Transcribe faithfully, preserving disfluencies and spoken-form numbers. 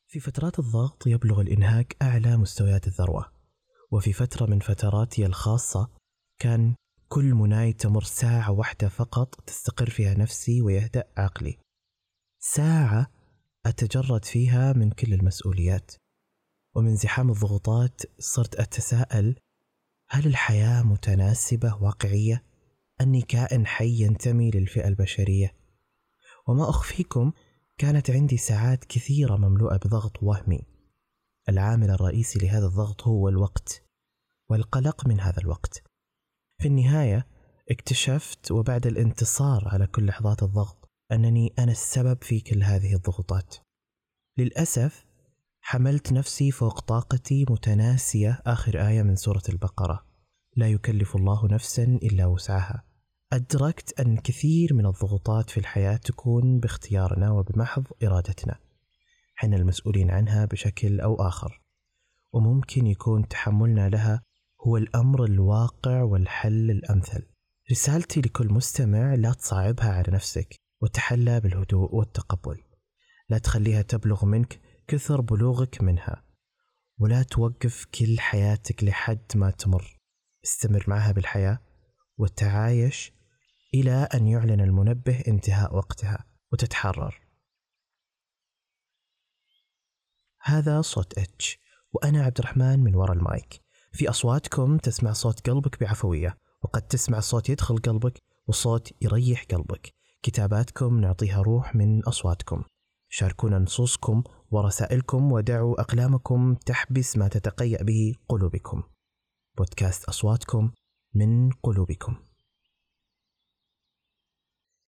في فترات الضغط يبلغ الإنهاك أعلى مستويات الذروة، وفي فترة من فتراتي الخاصة كان كل مناي تمر ساعة واحدة فقط تستقر فيها نفسي ويهدأ عقلي، ساعة أتجرد فيها من كل المسؤوليات ومن زحام الضغوطات. صرت أتساءل: هل الحياة متناسبة واقعية؟ أني كائن حي ينتمي للفئة البشرية؟ وما أخفيكم، كانت عندي ساعات كثيرة مملوءة بضغط وهمي. العامل الرئيسي لهذا الضغط هو الوقت والقلق من هذا الوقت. في النهاية اكتشفت وبعد الانتصار على كل لحظات الضغط أنني أنا السبب في كل هذه الضغوطات. للأسف حملت نفسي فوق طاقتي متناسية آخر آية من سورة البقرة: لا يكلف الله نفسا إلا وسعها. أدركت أن كثير من الضغوطات في الحياة تكون باختيارنا وبمحض إرادتنا، حنا المسؤولين عنها بشكل أو آخر، وممكن يكون تحملنا لها هو الأمر الواقع والحل الأمثل. رسالتي لكل مستمع: لا تصعبها على نفسك وتحلى بالهدوء والتقبل. لا تخليها تبلغ منك كثر بلوغك منها، ولا توقف كل حياتك لحد ما تمر. استمر معها بالحياة وتعايش إلى أن يعلن المنبه انتهاء وقتها وتتحرر. هذا صوت اتش، وأنا عبد الرحمن من وراء المايك. في أصواتكم تسمع صوت قلبك بعفوية، وقد تسمع صوت يدخل قلبك وصوت يريح قلبك. كتاباتكم نعطيها روح من أصواتكم. شاركونا نصوصكم ورسائلكم، ودعوا أقلامكم تحبس ما تتقيأ به قلوبكم. بودكاست أصواتكم من قلوبكم.